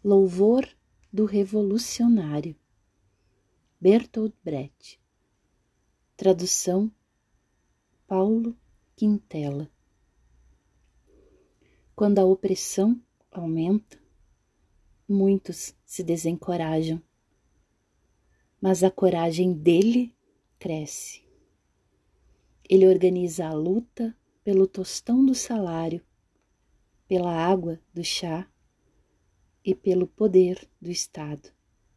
Louvor do Revolucionário, Bertolt Brecht. Tradução, Paulo Quintela. Quando a opressão aumenta, muitos se desencorajam, mas a coragem dele cresce. Ele organiza a luta pelo tostão do salário, pela água do chá e pelo poder do Estado.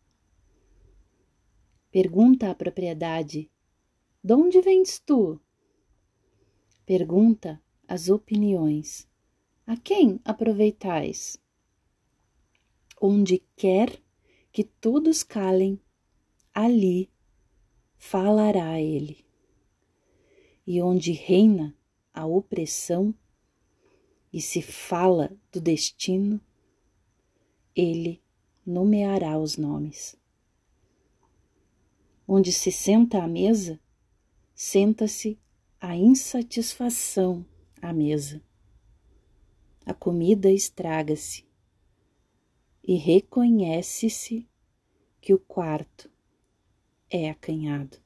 Pergunta à propriedade: "De onde vens tu?" Pergunta às opiniões: "A quem aproveitais?" Onde quer que todos calem, ali falará ele. E onde reina a opressão e se fala do destino, ele nomeará os nomes. Onde se senta à mesa, senta-se a insatisfação à mesa. A comida estraga-se e reconhece-se que o quarto é acanhado.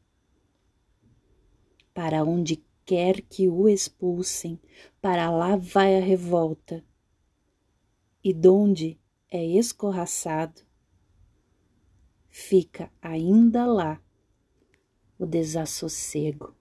Para onde quer que o expulsem, para lá vai a revolta, e donde é escorraçado, fica ainda lá o desassossego.